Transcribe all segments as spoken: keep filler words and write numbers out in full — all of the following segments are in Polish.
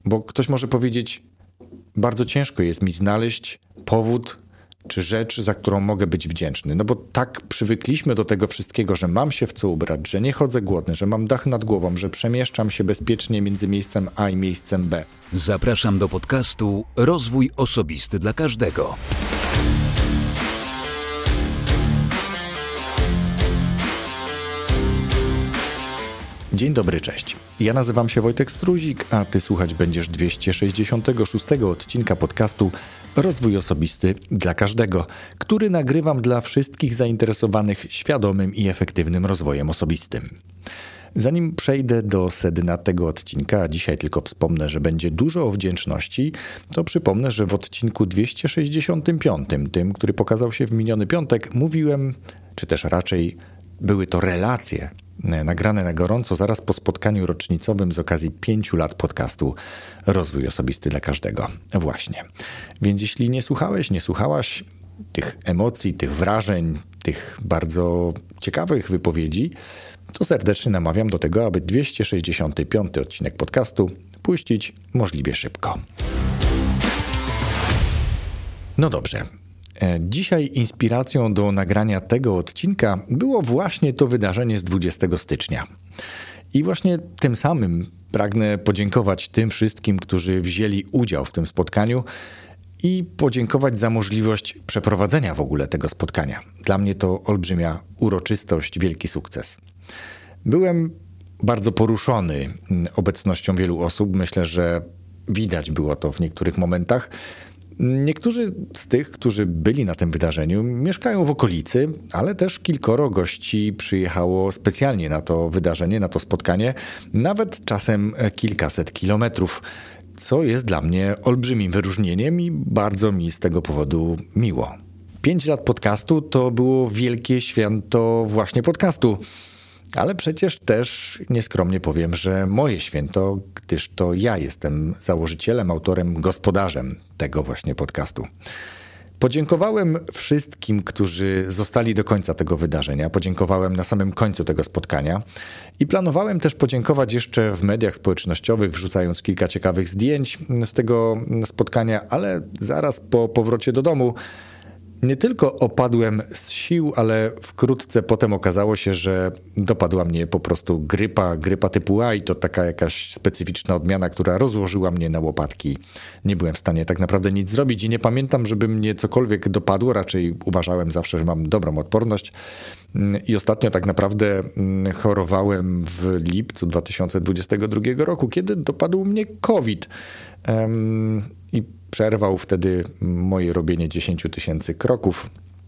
Bo ktoś może powiedzieć, bardzo ciężko jest mi znaleźć powód czy rzecz, za którą mogę być wdzięczny. No bo tak przywykliśmy do tego wszystkiego, że mam się w co ubrać, że nie chodzę głodny, że mam dach nad głową, że przemieszczam się bezpiecznie między miejscem A i miejscem B. Zapraszam do podcastu Rozwój Osobisty dla Każdego. Dzień dobry, cześć. Ja nazywam się Wojtek Struzik, a ty słuchać będziesz dwieście sześćdziesiątego szóstego odcinka podcastu Rozwój Osobisty dla Każdego, który nagrywam dla wszystkich zainteresowanych świadomym i efektywnym rozwojem osobistym. Zanim przejdę do sedna tego odcinka, a dzisiaj tylko wspomnę, że będzie dużo o wdzięczności, to przypomnę, że w odcinku dwieście sześćdziesiątym piątym, tym, który pokazał się w miniony piątek, mówiłem, czy też raczej były to relacje nagrane na gorąco zaraz po spotkaniu rocznicowym z okazji pięciu lat podcastu Rozwój Osobisty dla Każdego. Właśnie. Więc jeśli nie słuchałeś, nie słuchałaś tych emocji, tych wrażeń, tych bardzo ciekawych wypowiedzi, to serdecznie namawiam do tego, aby dwieście sześćdziesiąty piąty odcinek podcastu puścić możliwie szybko. No dobrze. Dzisiaj inspiracją do nagrania tego odcinka było właśnie to wydarzenie z dwudziestego stycznia. I właśnie tym samym pragnę podziękować tym wszystkim, którzy wzięli udział w tym spotkaniu i podziękować za możliwość przeprowadzenia w ogóle tego spotkania. Dla mnie to olbrzymia uroczystość, wielki sukces. Byłem bardzo poruszony obecnością wielu osób. Myślę, że widać było to w niektórych momentach. Niektórzy z tych, którzy byli na tym wydarzeniu, mieszkają w okolicy, ale też kilkoro gości przyjechało specjalnie na to wydarzenie, na to spotkanie, nawet czasem kilkaset kilometrów, co jest dla mnie olbrzymim wyróżnieniem i bardzo mi z tego powodu miło. Pięć lat podcastu to było wielkie święto właśnie podcastu. Ale przecież też nieskromnie powiem, że moje święto, gdyż to ja jestem założycielem, autorem, gospodarzem tego właśnie podcastu. Podziękowałem wszystkim, którzy zostali do końca tego wydarzenia. Podziękowałem na samym końcu tego spotkania i planowałem też podziękować jeszcze w mediach społecznościowych, wrzucając kilka ciekawych zdjęć z tego spotkania, ale zaraz po powrocie do domu nie tylko opadłem z sił, ale wkrótce potem okazało się, że dopadła mnie po prostu grypa, grypa typu A i to taka jakaś specyficzna odmiana, która rozłożyła mnie na łopatki. Nie byłem w stanie tak naprawdę nic zrobić i nie pamiętam, żeby mnie cokolwiek dopadło, raczej uważałem zawsze, że mam dobrą odporność. I ostatnio tak naprawdę chorowałem w lipcu dwa tysiące dwudziestego drugiego roku, kiedy dopadł mnie COVID. Um, I przerwał wtedy moje robienie dziesięć tysięcy kroków.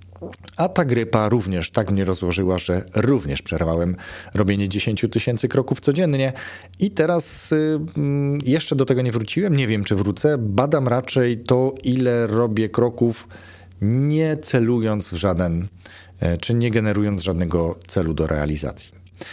A ta grypa również tak mnie rozłożyła, że również przerwałem robienie dziesięć tysięcy kroków codziennie. I teraz y, jeszcze do tego nie wróciłem, nie wiem czy wrócę. Badam raczej to, ile robię kroków, nie celując w żaden, czy nie generując żadnego celu do realizacji.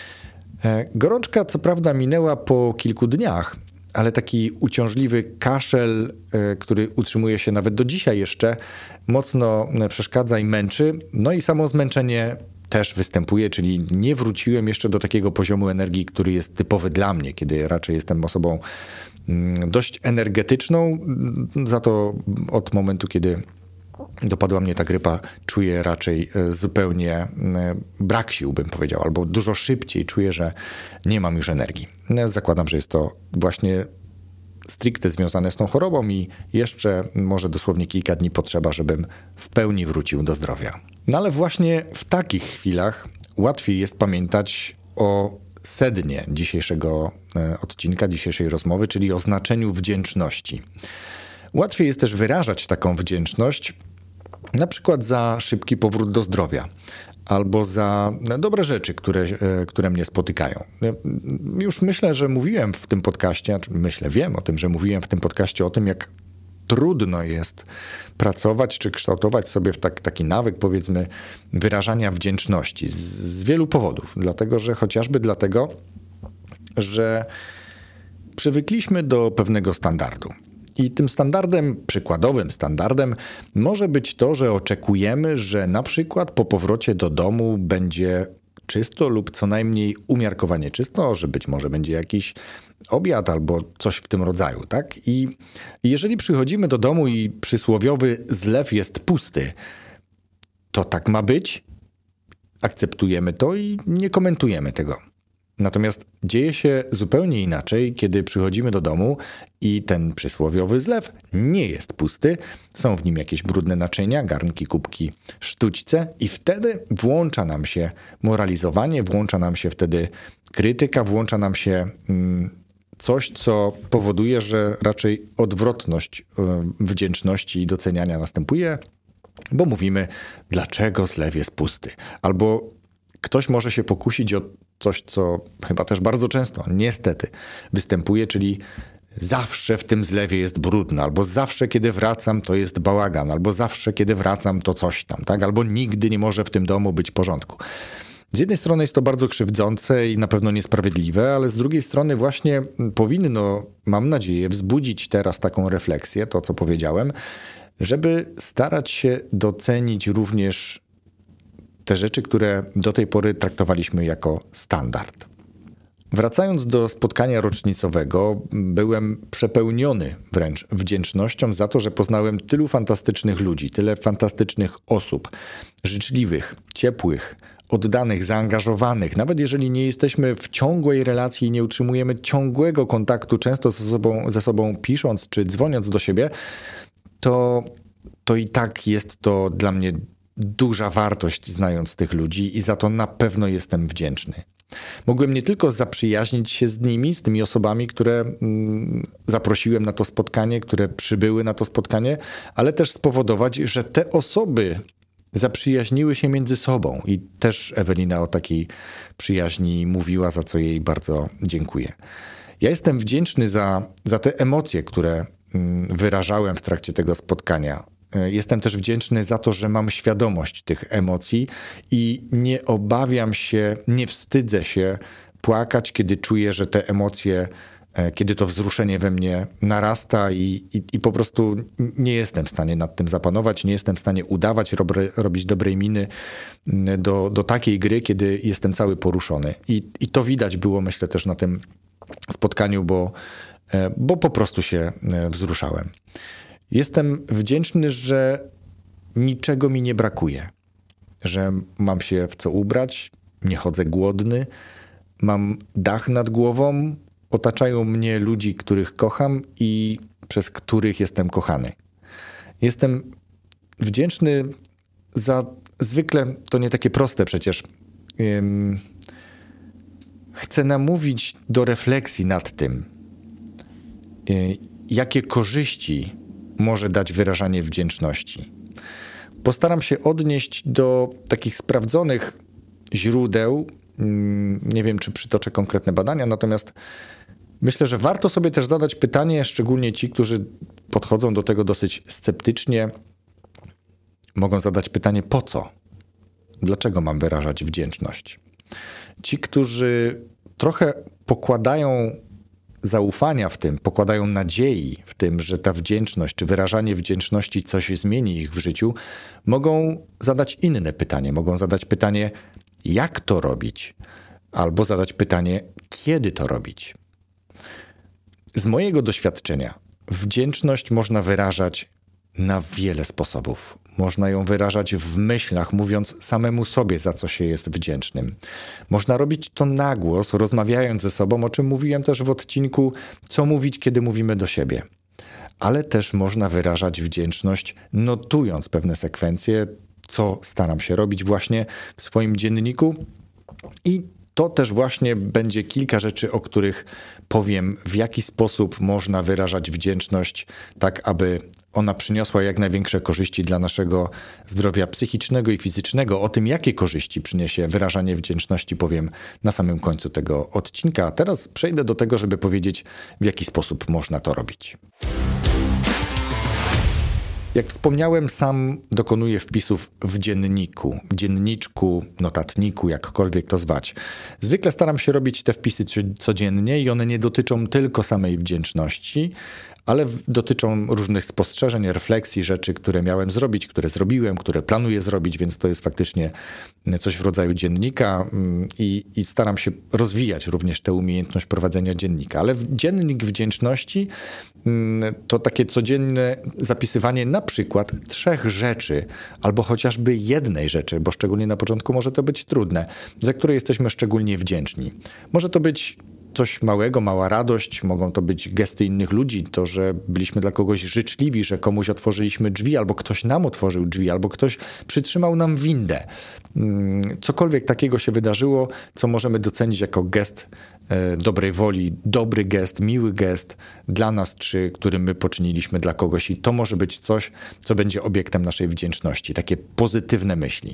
Gorączka co prawda minęła po kilku dniach, ale taki uciążliwy kaszel, który utrzymuje się nawet do dzisiaj jeszcze, mocno przeszkadza i męczy. No i samo zmęczenie też występuje, czyli nie wróciłem jeszcze do takiego poziomu energii, który jest typowy dla mnie, kiedy raczej jestem osobą dość energetyczną. Za to od momentu, kiedy dopadła mnie ta grypa, czuję raczej zupełnie brak sił, bym powiedział, albo dużo szybciej czuję, że nie mam już energii. Zakładam, że jest to właśnie stricte związane z tą chorobą i jeszcze może dosłownie kilka dni potrzeba, żebym w pełni wrócił do zdrowia. No ale właśnie w takich chwilach łatwiej jest pamiętać o sednie dzisiejszego odcinka, dzisiejszej rozmowy, czyli o znaczeniu wdzięczności. Łatwiej jest też wyrażać taką wdzięczność, na przykład za szybki powrót do zdrowia albo za dobre rzeczy, które, które mnie spotykają. Już myślę, że mówiłem w tym podcaście, myślę, wiem o tym, że mówiłem w tym podcaście o tym, jak trudno jest pracować czy kształtować sobie w tak, taki nawyk, powiedzmy, wyrażania wdzięczności z, z wielu powodów. Dlatego, że chociażby dlatego, że przywykliśmy do pewnego standardu. I tym standardem, przykładowym standardem może być to, że oczekujemy, że na przykład po powrocie do domu będzie czysto lub co najmniej umiarkowanie czysto, że być może będzie jakiś obiad albo coś w tym rodzaju, tak? I jeżeli przychodzimy do domu i przysłowiowy zlew jest pusty, to tak ma być, akceptujemy to i nie komentujemy tego. Natomiast dzieje się zupełnie inaczej, kiedy przychodzimy do domu i ten przysłowiowy zlew nie jest pusty, są w nim jakieś brudne naczynia, garnki, kubki, sztućce i wtedy włącza nam się moralizowanie, włącza nam się wtedy krytyka, włącza nam się mm, coś, co powoduje, że raczej odwrotność y, wdzięczności i doceniania następuje, bo mówimy, dlaczego zlew jest pusty, albo ktoś może się pokusić o coś, co chyba też bardzo często, niestety, występuje, czyli zawsze w tym zlewie jest brudno, albo zawsze, kiedy wracam, to jest bałagan, albo zawsze, kiedy wracam, to coś tam, tak? Albo nigdy nie może w tym domu być porządku. Z jednej strony jest to bardzo krzywdzące i na pewno niesprawiedliwe, ale z drugiej strony właśnie powinno, mam nadzieję, wzbudzić teraz taką refleksję, to co powiedziałem, żeby starać się docenić również te rzeczy, które do tej pory traktowaliśmy jako standard. Wracając do spotkania rocznicowego, byłem przepełniony wręcz wdzięcznością za to, że poznałem tylu fantastycznych ludzi, tyle fantastycznych osób, życzliwych, ciepłych, oddanych, zaangażowanych. Nawet jeżeli nie jesteśmy w ciągłej relacji i nie utrzymujemy ciągłego kontaktu, często ze sobą, ze sobą pisząc czy dzwoniąc do siebie, to, to i tak jest to dla mnie duża wartość, znając tych ludzi, i za to na pewno jestem wdzięczny. Mogłem nie tylko zaprzyjaźnić się z nimi, z tymi osobami, które mm, zaprosiłem na to spotkanie, które przybyły na to spotkanie, ale też spowodować, że te osoby zaprzyjaźniły się między sobą. I też Ewelina o takiej przyjaźni mówiła, za co jej bardzo dziękuję. Ja jestem wdzięczny za, za te emocje, które mm, wyrażałem w trakcie tego spotkania. Jestem też wdzięczny za to, że mam świadomość tych emocji i nie obawiam się, nie wstydzę się płakać, kiedy czuję, że te emocje, kiedy to wzruszenie we mnie narasta i, i, i po prostu nie jestem w stanie nad tym zapanować, nie jestem w stanie udawać, rob, robić dobrej miny do, do takiej gry, kiedy jestem cały poruszony. I, i to widać było, myślę, też na tym spotkaniu, bo, bo po prostu się wzruszałem. Jestem wdzięczny, że niczego mi nie brakuje, że mam się w co ubrać, nie chodzę głodny, mam dach nad głową, otaczają mnie ludzi, których kocham i przez których jestem kochany. Jestem wdzięczny za zwykle, to nie takie proste przecież, ym, chcę namówić do refleksji nad tym, yy, jakie korzyści może dać wyrażanie wdzięczności. Postaram się odnieść do takich sprawdzonych źródeł. Nie wiem, czy przytoczę konkretne badania, natomiast myślę, że warto sobie też zadać pytanie, szczególnie ci, którzy podchodzą do tego dosyć sceptycznie, mogą zadać pytanie, po co? Dlaczego mam wyrażać wdzięczność? Ci, którzy trochę pokładają zaufania w tym, pokładają nadziei w tym, że ta wdzięczność czy wyrażanie wdzięczności coś zmieni ich w życiu, mogą zadać inne pytanie. Mogą zadać pytanie, jak to robić? Albo zadać pytanie, kiedy to robić? Z mojego doświadczenia wdzięczność można wyrażać na wiele sposobów. Można ją wyrażać w myślach, mówiąc samemu sobie, za co się jest wdzięcznym. Można robić to na głos, rozmawiając ze sobą, o czym mówiłem też w odcinku, co mówić, kiedy mówimy do siebie. Ale też można wyrażać wdzięczność, notując pewne sekwencje, co staram się robić właśnie w swoim dzienniku. I to też właśnie będzie kilka rzeczy, o których powiem, w jaki sposób można wyrażać wdzięczność, tak aby ona przyniosła jak największe korzyści dla naszego zdrowia psychicznego i fizycznego. O tym, jakie korzyści przyniesie wyrażanie wdzięczności, powiem na samym końcu tego odcinka. A teraz przejdę do tego, żeby powiedzieć, w jaki sposób można to robić. Jak wspomniałem, sam dokonuję wpisów w dzienniku, dzienniczku, notatniku, jakkolwiek to zwać. Zwykle staram się robić te wpisy codziennie i one nie dotyczą tylko samej wdzięczności, ale dotyczą różnych spostrzeżeń, refleksji, rzeczy, które miałem zrobić, które zrobiłem, które planuję zrobić, więc to jest faktycznie coś w rodzaju dziennika i, i staram się rozwijać również tę umiejętność prowadzenia dziennika. Ale dziennik wdzięczności to takie codzienne zapisywanie na przykład trzech rzeczy, albo chociażby jednej rzeczy, bo szczególnie na początku może to być trudne, za które jesteśmy szczególnie wdzięczni. Może to być coś małego, mała radość, mogą to być gesty innych ludzi, to, że byliśmy dla kogoś życzliwi, że komuś otworzyliśmy drzwi, albo ktoś nam otworzył drzwi, albo ktoś przytrzymał nam windę. Cokolwiek takiego się wydarzyło, co możemy docenić jako gest dobrej woli, dobry gest, miły gest dla nas, czy który my poczyniliśmy dla kogoś i to może być coś, co będzie obiektem naszej wdzięczności, takie pozytywne myśli.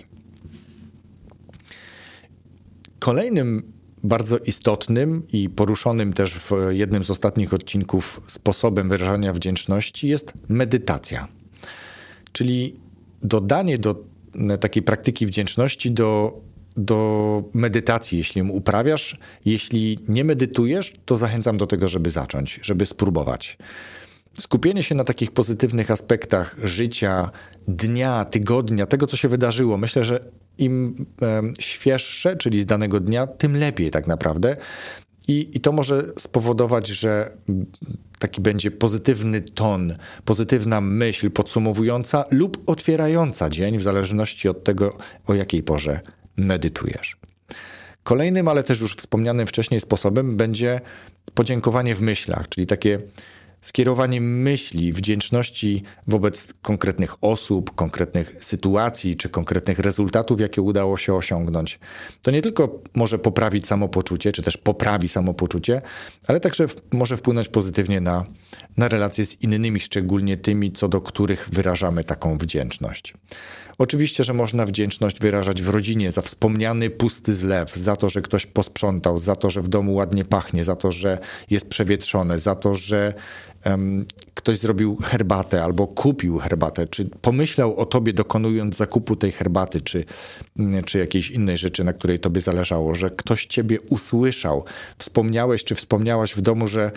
Kolejnym bardzo istotnym i poruszonym też w jednym z ostatnich odcinków sposobem wyrażania wdzięczności jest medytacja. Czyli dodanie do takiej praktyki wdzięczności do, do medytacji, jeśli ją uprawiasz. Jeśli nie medytujesz, to zachęcam do tego, żeby zacząć, żeby spróbować. Skupienie się na takich pozytywnych aspektach życia, dnia, tygodnia, tego, co się wydarzyło. Myślę, że im e, świeższe, czyli z danego dnia, tym lepiej tak naprawdę. I, I to może spowodować, że taki będzie pozytywny ton, pozytywna myśl podsumowująca lub otwierająca dzień, w zależności od tego, o jakiej porze medytujesz. Kolejnym, ale też już wspomnianym wcześniej sposobem będzie podziękowanie w myślach, czyli takie skierowanie myśli, wdzięczności wobec konkretnych osób, konkretnych sytuacji czy konkretnych rezultatów, jakie udało się osiągnąć. To nie tylko może poprawić samopoczucie, czy też poprawi samopoczucie, ale także może wpłynąć pozytywnie na, na relacje z innymi, szczególnie tymi, co do których wyrażamy taką wdzięczność. Oczywiście, że można wdzięczność wyrażać w rodzinie za wspomniany pusty zlew, za to, że ktoś posprzątał, za to, że w domu ładnie pachnie, za to, że jest przewietrzone, za to, że um, ktoś zrobił herbatę albo kupił herbatę, czy pomyślał o tobie dokonując zakupu tej herbaty, czy, czy jakiejś innej rzeczy, na której tobie zależało, że ktoś ciebie usłyszał. Wspomniałeś, czy wspomniałaś w domu, że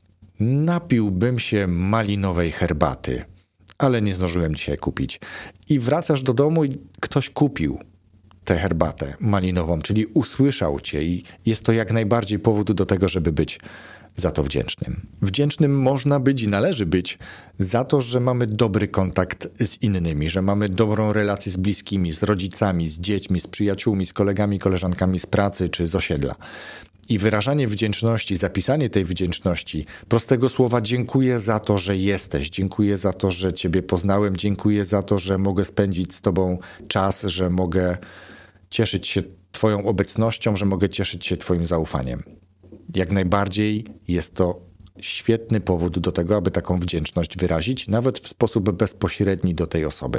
napiłbym się malinowej herbaty, ale nie zdążyłem dzisiaj kupić. I wracasz do domu i ktoś kupił tę herbatę malinową, czyli usłyszał cię i jest to jak najbardziej powód do tego, żeby być za to wdzięcznym. Wdzięcznym można być i należy być za to, że mamy dobry kontakt z innymi, że mamy dobrą relację z bliskimi, z rodzicami, z dziećmi, z przyjaciółmi, z kolegami, koleżankami z pracy czy z osiedla. I wyrażanie wdzięczności, zapisanie tej wdzięczności, prostego słowa dziękuję za to, że jesteś, dziękuję za to, że ciebie poznałem, dziękuję za to, że mogę spędzić z tobą czas, że mogę cieszyć się twoją obecnością, że mogę cieszyć się twoim zaufaniem. Jak najbardziej jest to świetny powód do tego, aby taką wdzięczność wyrazić, nawet w sposób bezpośredni do tej osoby.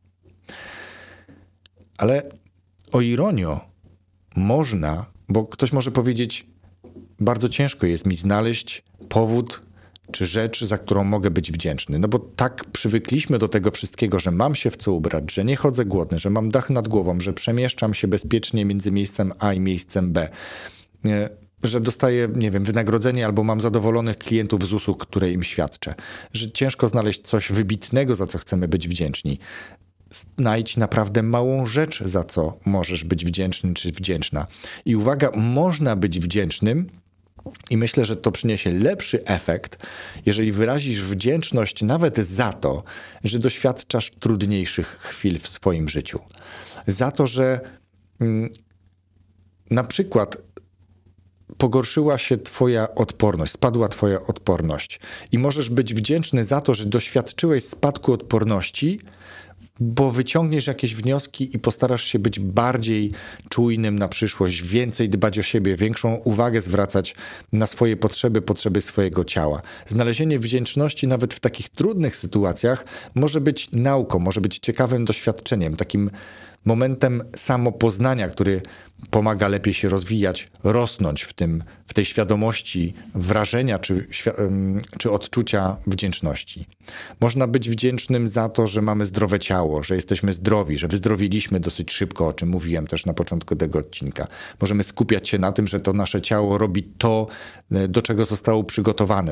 Ale o ironio można, bo ktoś może powiedzieć, bardzo ciężko jest mi znaleźć powód czy rzecz, za którą mogę być wdzięczny. No bo tak przywykliśmy do tego wszystkiego, że mam się w co ubrać, że nie chodzę głodny, że mam dach nad głową, że przemieszczam się bezpiecznie między miejscem A i miejscem B, że dostaję, nie wiem, wynagrodzenie albo mam zadowolonych klientów z usług, które im świadczę, że ciężko znaleźć coś wybitnego, za co chcemy być wdzięczni. Znajdź naprawdę małą rzecz, za co możesz być wdzięczny czy wdzięczna. I uwaga, można być wdzięcznym i myślę, że to przyniesie lepszy efekt, jeżeli wyrazisz wdzięczność nawet za to, że doświadczasz trudniejszych chwil w swoim życiu. Za to, że mm, na przykład pogorszyła się twoja odporność, spadła twoja odporność i możesz być wdzięczny za to, że doświadczyłeś spadku odporności, bo wyciągniesz jakieś wnioski i postarasz się być bardziej czujnym na przyszłość, więcej dbać o siebie, większą uwagę zwracać na swoje potrzeby, potrzeby swojego ciała. Znalezienie wdzięczności nawet w takich trudnych sytuacjach może być nauką, może być ciekawym doświadczeniem, takim momentem samopoznania, który pomaga lepiej się rozwijać, rosnąć w tym, w tej świadomości wrażenia czy, czy odczucia wdzięczności. Można być wdzięcznym za to, że mamy zdrowe ciało, że jesteśmy zdrowi, że wyzdrowiliśmy dosyć szybko, o czym mówiłem też na początku tego odcinka. Możemy skupiać się na tym, że to nasze ciało robi to, do czego zostało przygotowane, że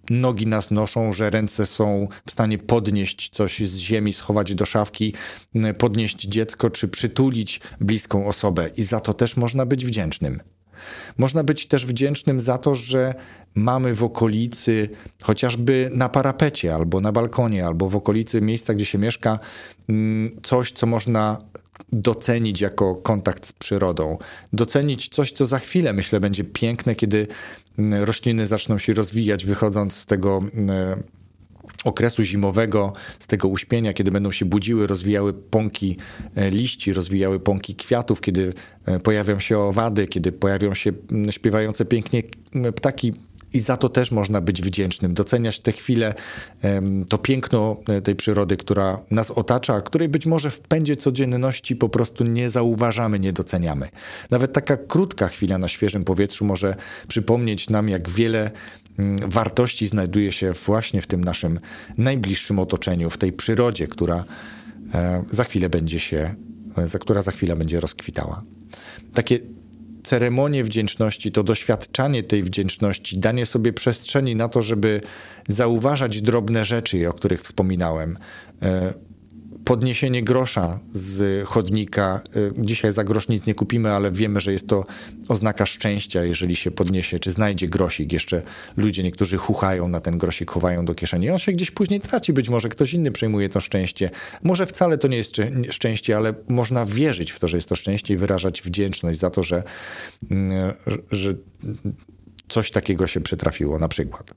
nogi nas noszą, że ręce są w stanie podnieść coś z ziemi, schować do szafki, podnieść dziecko czy przytulić bliską osobę i za to też można być wdzięcznym. Można być też wdzięcznym za to, że mamy w okolicy, chociażby na parapecie, albo na balkonie, albo w okolicy miejsca, gdzie się mieszka, coś, co można docenić jako kontakt z przyrodą. Docenić coś, co za chwilę, myślę, będzie piękne, kiedy rośliny zaczną się rozwijać, wychodząc z tego okresu zimowego, z tego uśpienia, kiedy będą się budziły, rozwijały pąki liści, rozwijały pąki kwiatów, kiedy pojawią się owady, kiedy pojawią się śpiewające pięknie ptaki. I za to też można być wdzięcznym, doceniać te chwile, to piękno tej przyrody, która nas otacza, której być może w pędzie codzienności po prostu nie zauważamy, nie doceniamy. Nawet taka krótka chwila na świeżym powietrzu może przypomnieć nam, jak wiele wartości znajduje się właśnie w tym naszym najbliższym otoczeniu, w tej przyrodzie, która za chwilę będzie się, za która za chwilę będzie rozkwitała. Takie ceremonie wdzięczności, to doświadczanie tej wdzięczności, danie sobie przestrzeni na to, żeby zauważać drobne rzeczy, o których wspominałem. Podniesienie grosza z chodnika. Dzisiaj za grosz nic nie kupimy, ale wiemy, że jest to oznaka szczęścia, jeżeli się podniesie, czy znajdzie grosik. Jeszcze ludzie, niektórzy chuchają na ten grosik, chowają do kieszeni. On się gdzieś później traci, być może ktoś inny przejmuje to szczęście. Może wcale to nie jest szczęście, ale można wierzyć w to, że jest to szczęście i wyrażać wdzięczność za to, że, że coś takiego się przytrafiło na przykład.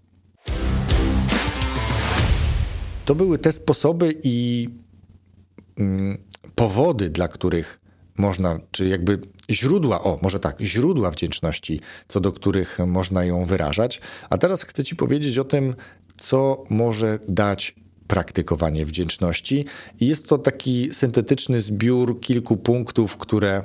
To były te sposoby i powody, dla których można, czy jakby źródła, o może tak, źródła wdzięczności, co do których można ją wyrażać. A teraz chcę ci powiedzieć o tym, co może dać praktykowanie wdzięczności. I jest to taki syntetyczny zbiór kilku punktów, które,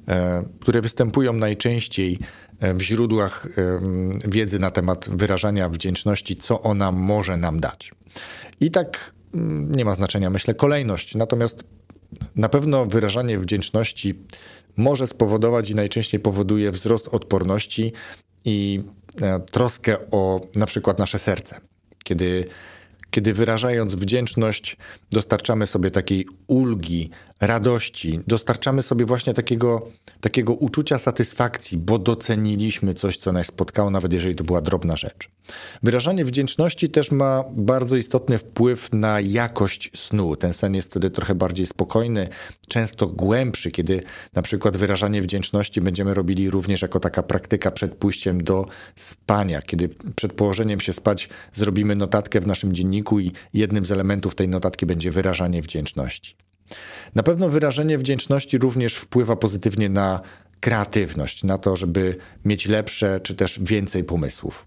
które występują najczęściej w źródłach wiedzy na temat wyrażania wdzięczności, co ona może nam dać. I tak nie ma znaczenia, myślę, kolejność. Natomiast na pewno wyrażanie wdzięczności może spowodować i najczęściej powoduje wzrost odporności i troskę o na przykład nasze serce. Kiedy, kiedy wyrażając wdzięczność dostarczamy sobie takiej ulgi, radości, dostarczamy sobie właśnie takiego, takiego uczucia satysfakcji, bo doceniliśmy coś, co nas spotkało, nawet jeżeli to była drobna rzecz. Wyrażanie wdzięczności też ma bardzo istotny wpływ na jakość snu. Ten sen jest wtedy trochę bardziej spokojny, często głębszy, kiedy na przykład wyrażanie wdzięczności będziemy robili również jako taka praktyka przed pójściem do spania, kiedy przed położeniem się spać zrobimy notatkę w naszym dzienniku i jednym z elementów tej notatki będzie wyrażanie wdzięczności. Na pewno wyrażenie wdzięczności również wpływa pozytywnie na kreatywność, na to, żeby mieć lepsze czy też więcej pomysłów.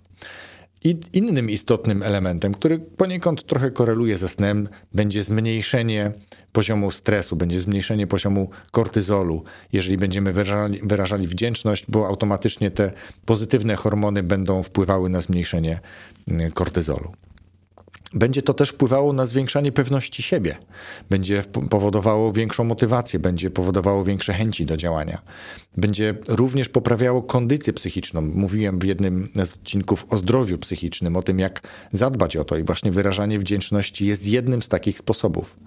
I innym istotnym elementem, który poniekąd trochę koreluje ze snem, będzie zmniejszenie poziomu stresu, będzie zmniejszenie poziomu kortyzolu, jeżeli będziemy wyrażali, wyrażali wdzięczność, bo automatycznie te pozytywne hormony będą wpływały na zmniejszenie kortyzolu. Będzie to też wpływało na zwiększanie pewności siebie, będzie powodowało większą motywację, będzie powodowało większe chęci do działania. Będzie również poprawiało kondycję psychiczną. Mówiłem w jednym z odcinków o zdrowiu psychicznym, o tym, jak zadbać o to i właśnie wyrażanie wdzięczności jest jednym z takich sposobów.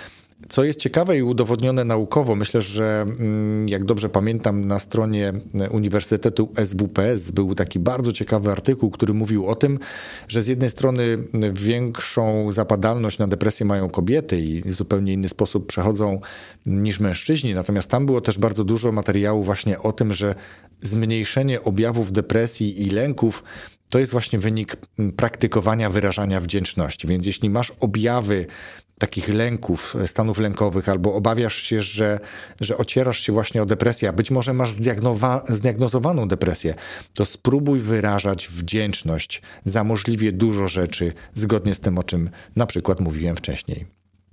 Co jest ciekawe i udowodnione naukowo, myślę, że jak dobrze pamiętam, na stronie Uniwersytetu S W P S był taki bardzo ciekawy artykuł, który mówił o tym, że z jednej strony większą zapadalność na depresję mają kobiety i w zupełnie inny sposób przechodzą niż mężczyźni, natomiast tam było też bardzo dużo materiału właśnie o tym, że zmniejszenie objawów depresji i lęków to jest właśnie wynik praktykowania wyrażania wdzięczności. Więc jeśli masz objawy takich lęków, stanów lękowych, albo obawiasz się, że, że ocierasz się właśnie o depresję, a być może masz zdiagnowa- zdiagnozowaną depresję, to spróbuj wyrażać wdzięczność za możliwie dużo rzeczy, zgodnie z tym, o czym na przykład mówiłem wcześniej.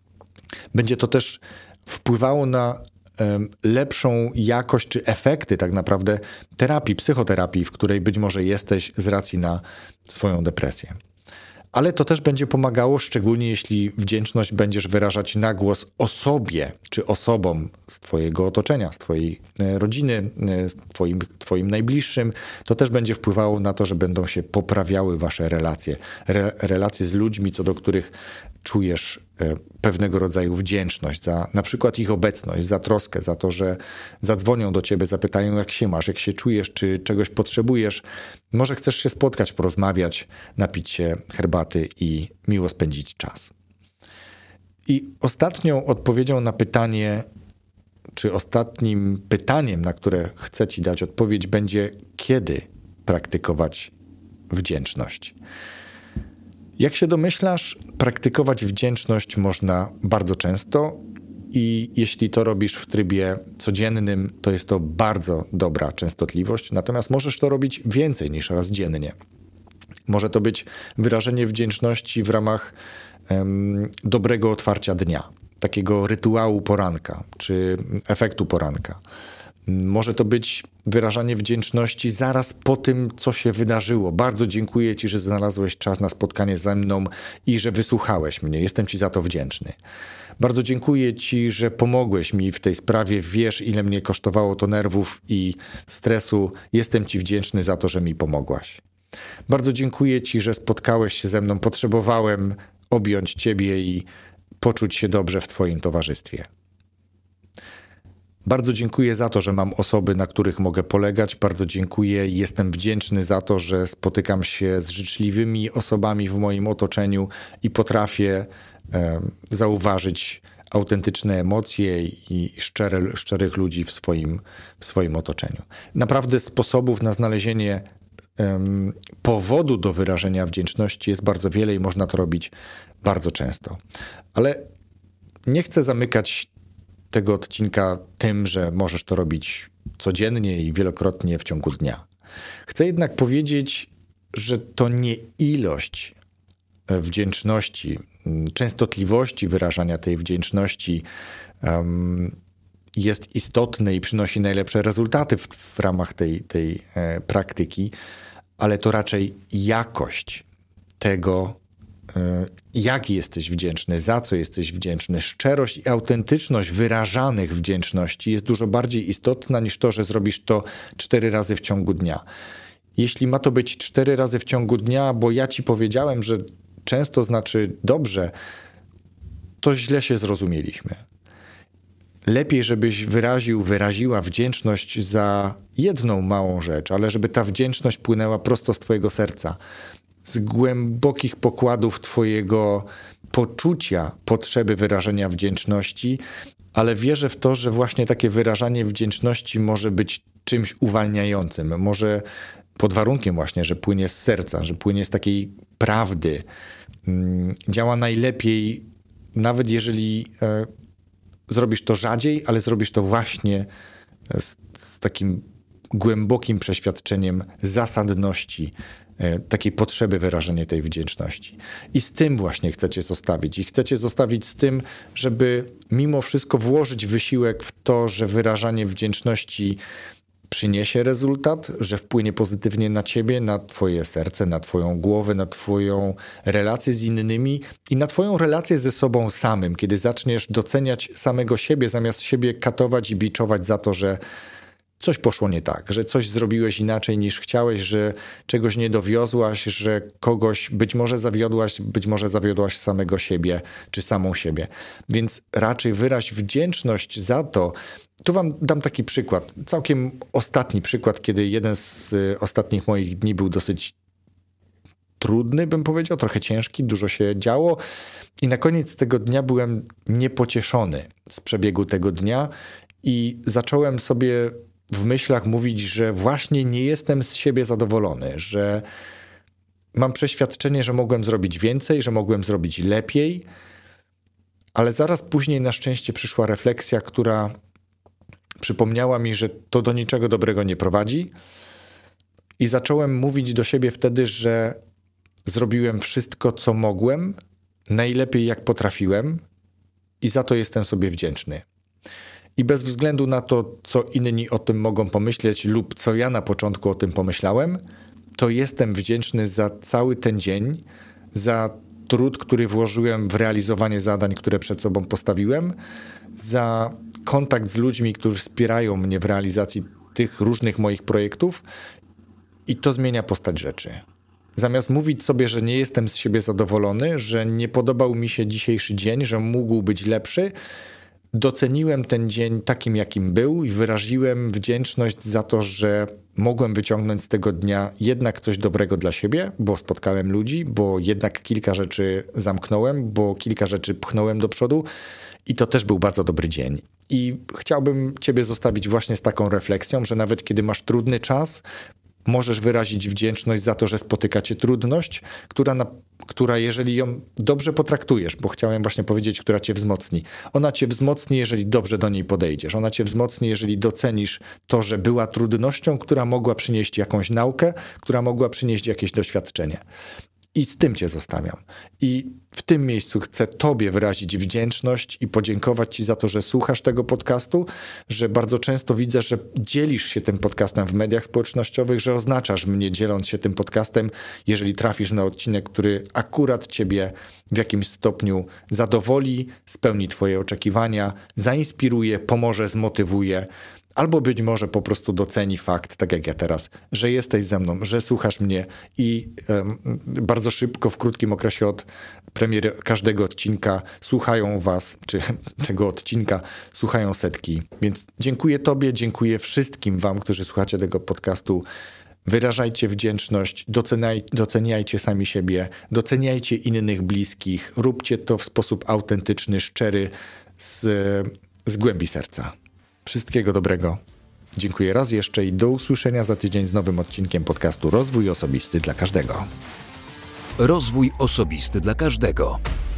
Będzie to też wpływało na lepszą jakość czy efekty tak naprawdę terapii, psychoterapii, w której być może jesteś z racji na swoją depresję. Ale to też będzie pomagało, szczególnie jeśli wdzięczność będziesz wyrażać na głos osobie czy osobom z twojego otoczenia, z twojej rodziny, z twoim, twoim najbliższym. To też będzie wpływało na to, że będą się poprawiały wasze relacje. Re, relacje z ludźmi, co do których czujesz pewnego rodzaju wdzięczność za na przykład ich obecność, za troskę, za to, że zadzwonią do ciebie, zapytają jak się masz, jak się czujesz, czy czegoś potrzebujesz. Może chcesz się spotkać, porozmawiać, napić się herbaty i miło spędzić czas. I ostatnią odpowiedzią na pytanie, czy ostatnim pytaniem, na które chcę ci dać odpowiedź, będzie kiedy praktykować wdzięczność. Jak się domyślasz, praktykować wdzięczność można bardzo często i jeśli to robisz w trybie codziennym, to jest to bardzo dobra częstotliwość, natomiast możesz to robić więcej niż raz dziennie. Może to być wyrażenie wdzięczności w ramach um, dobrego otwarcia dnia, takiego rytuału poranka czy efektu poranka. Może to być wyrażanie wdzięczności zaraz po tym, co się wydarzyło. Bardzo dziękuję ci, że znalazłeś czas na spotkanie ze mną i że wysłuchałeś mnie. Jestem ci za to wdzięczny. Bardzo dziękuję ci, że pomogłeś mi w tej sprawie. Wiesz, ile mnie kosztowało to nerwów i stresu. Jestem ci wdzięczny za to, że mi pomogłaś. Bardzo dziękuję ci, że spotkałeś się ze mną. Potrzebowałem objąć ciebie i poczuć się dobrze w twoim towarzystwie. Bardzo dziękuję za to, że mam osoby, na których mogę polegać. Bardzo dziękuję i jestem wdzięczny za to, że spotykam się z życzliwymi osobami w moim otoczeniu i potrafię e, zauważyć autentyczne emocje i szczere, szczerych ludzi w swoim, w swoim otoczeniu. Naprawdę sposobów na znalezienie e, powodu do wyrażenia wdzięczności jest bardzo wiele i można to robić bardzo często. Ale nie chcę zamykać tego odcinka tym, że możesz to robić codziennie i wielokrotnie w ciągu dnia. Chcę jednak powiedzieć, że to nie ilość wdzięczności, częstotliwości wyrażania tej wdzięczności um, jest istotne i przynosi najlepsze rezultaty w, w ramach tej, tej e, praktyki, ale to raczej jakość tego, jak jesteś wdzięczny, za co jesteś wdzięczny. Szczerość i autentyczność wyrażanych wdzięczności jest dużo bardziej istotna niż to, że zrobisz to cztery razy w ciągu dnia. Jeśli ma to być cztery razy w ciągu dnia, bo ja ci powiedziałem, że często znaczy dobrze, to źle się zrozumieliśmy. Lepiej, żebyś wyraził, wyraziła wdzięczność za jedną małą rzecz, ale żeby ta wdzięczność płynęła prosto z twojego serca, z głębokich pokładów twojego poczucia potrzeby wyrażenia wdzięczności, ale wierzę w to, że właśnie takie wyrażanie wdzięczności może być czymś uwalniającym. Może pod warunkiem właśnie, że płynie z serca, że płynie z takiej prawdy. Działa najlepiej, nawet jeżeli e, zrobisz to rzadziej, ale zrobisz to właśnie z, z takim głębokim przeświadczeniem zasadności takiej potrzeby wyrażenia tej wdzięczności. I z tym właśnie chcecie zostawić. I chcecie zostawić z tym, żeby mimo wszystko włożyć wysiłek w to, że wyrażanie wdzięczności przyniesie rezultat, że wpłynie pozytywnie na ciebie, na twoje serce, na twoją głowę, na twoją relację z innymi i na twoją relację ze sobą samym, kiedy zaczniesz doceniać samego siebie, zamiast siebie katować i biczować za to, że coś poszło nie tak, że coś zrobiłeś inaczej niż chciałeś, że czegoś nie dowiozłaś, że kogoś być może zawiodłaś, być może zawiodłaś samego siebie czy samą siebie. Więc raczej wyraź wdzięczność za to. Tu wam dam taki przykład, całkiem ostatni przykład, kiedy jeden z ostatnich moich dni był dosyć trudny, bym powiedział, trochę ciężki, dużo się działo i na koniec tego dnia byłem niepocieszony z przebiegu tego dnia i zacząłem sobie w myślach mówić, że właśnie nie jestem z siebie zadowolony, że mam przeświadczenie, że mogłem zrobić więcej, że mogłem zrobić lepiej, ale zaraz później na szczęście przyszła refleksja, która przypomniała mi, że to do niczego dobrego nie prowadzi i zacząłem mówić do siebie wtedy, że zrobiłem wszystko, co mogłem, najlepiej jak potrafiłem i za to jestem sobie wdzięczny. I bez względu na to, co inni o tym mogą pomyśleć lub co ja na początku o tym pomyślałem, to jestem wdzięczny za cały ten dzień, za trud, który włożyłem w realizowanie zadań, które przed sobą postawiłem, za kontakt z ludźmi, którzy wspierają mnie w realizacji tych różnych moich projektów i to zmienia postać rzeczy. Zamiast mówić sobie, że nie jestem z siebie zadowolony, że nie podobał mi się dzisiejszy dzień, że mógł być lepszy, doceniłem ten dzień takim, jakim był i wyraziłem wdzięczność za to, że mogłem wyciągnąć z tego dnia jednak coś dobrego dla siebie, bo spotkałem ludzi, bo jednak kilka rzeczy zamknąłem, bo kilka rzeczy pchnąłem do przodu i to też był bardzo dobry dzień. I chciałbym Ciebie zostawić właśnie z taką refleksją, że nawet kiedy masz trudny czas, możesz wyrazić wdzięczność za to, że spotyka cię trudność, która, na, która jeżeli ją dobrze potraktujesz, bo chciałem właśnie powiedzieć, która cię wzmocni. Ona cię wzmocni, jeżeli dobrze do niej podejdziesz. Ona cię wzmocni, jeżeli docenisz to, że była trudnością, która mogła przynieść jakąś naukę, która mogła przynieść jakieś doświadczenie. I z tym cię zostawiam. I w tym miejscu chcę Tobie wyrazić wdzięczność i podziękować Ci za to, że słuchasz tego podcastu, że bardzo często widzę, że dzielisz się tym podcastem w mediach społecznościowych, że oznaczasz mnie dzieląc się tym podcastem, jeżeli trafisz na odcinek, który akurat Ciebie w jakimś stopniu zadowoli, spełni Twoje oczekiwania, zainspiruje, pomoże, zmotywuje. Albo być może po prostu doceni fakt, tak jak ja teraz, że jesteś ze mną, że słuchasz mnie i um, bardzo szybko, w krótkim okresie od premiery każdego odcinka słuchają was, czy tego odcinka słuchają setki. Więc dziękuję Tobie, dziękuję wszystkim wam, którzy słuchacie tego podcastu. Wyrażajcie wdzięczność, doceniaj, doceniajcie sami siebie, doceniajcie innych bliskich, róbcie to w sposób autentyczny, szczery, z, z głębi serca. Wszystkiego dobrego. Dziękuję raz jeszcze i do usłyszenia za tydzień z nowym odcinkiem podcastu Rozwój Osobisty dla Każdego. Rozwój Osobisty dla Każdego.